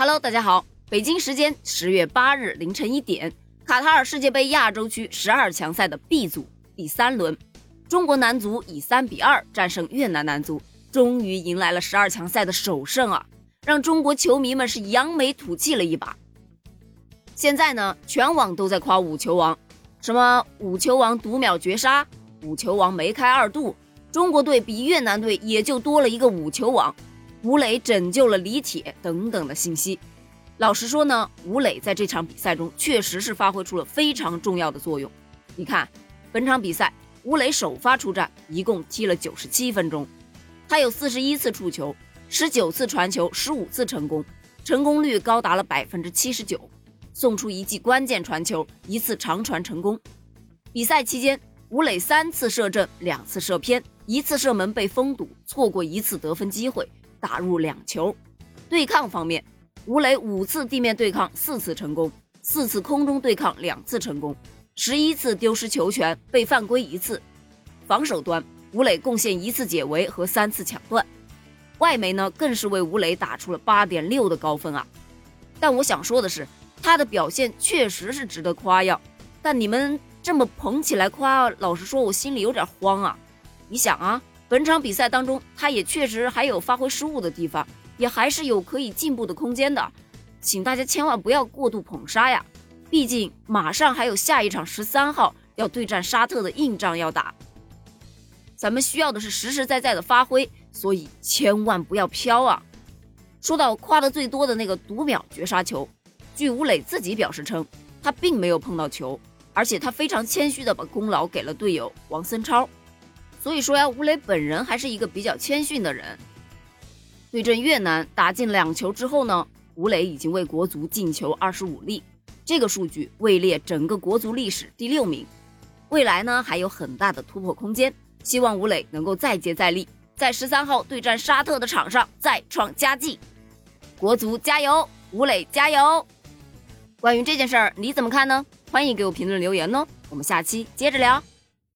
Hello， 大家好，北京时间10月8日凌晨1点，卡塔尔世界杯亚洲区12强赛的 B 组第3轮，中国男足以3-2战胜越南男足，终于迎来了12强赛的首胜啊，让中国球迷们是扬眉吐气了一把。现在呢，全网都在夸五球王，什么五球王读秒绝杀，五球王梅开二度，中国队比越南队也就多了一个五球王，吴磊拯救了李铁等等的信息。老实说呢，吴磊在这场比赛中确实是发挥出了非常重要的作用。你看，本场比赛吴磊首发出战，一共踢了97分钟，他有41次触球，19次传球，15次成功，成功率高达了79%，送出一记关键传球，1次长传成功。比赛期间，吴磊3次射正，2次射偏，1次射门被封堵，错过1次得分机会，打入2球。对抗方面，吴磊5次地面对抗4次成功，4次空中对抗2次成功，11次丢失球权，被犯规1次。防守端，吴磊贡献1次解围和3次抢断。外媒呢更是为吴磊打出了8.6的高分啊。但我想说的是，他的表现确实是值得夸耀，但你们这么捧起来夸，老实说我心里有点慌啊。你想啊，本场比赛当中他也确实还有发挥失误的地方，也还是有可以进步的空间的，请大家千万不要过度捧杀呀，毕竟马上还有下一场13号要对战沙特的硬仗要打，咱们需要的是实实在在的发挥，所以千万不要飘啊。说到夸的最多的那个读秒绝杀球，据吴磊自己表示称，他并没有碰到球，而且他非常谦虚的把功劳给了队友王森超。所以说呀，吴磊本人还是一个比较谦逊的人。对阵越南打进2球之后呢，吴磊已经为国足进球25粒，这个数据位列整个国足历史第6名。未来呢还有很大的突破空间，希望吴磊能够再接再厉，在13号对战沙特的场上再创佳绩。国足加油，吴磊加油！关于这件事儿你怎么看呢？欢迎给我评论留言哦，我们下期接着聊。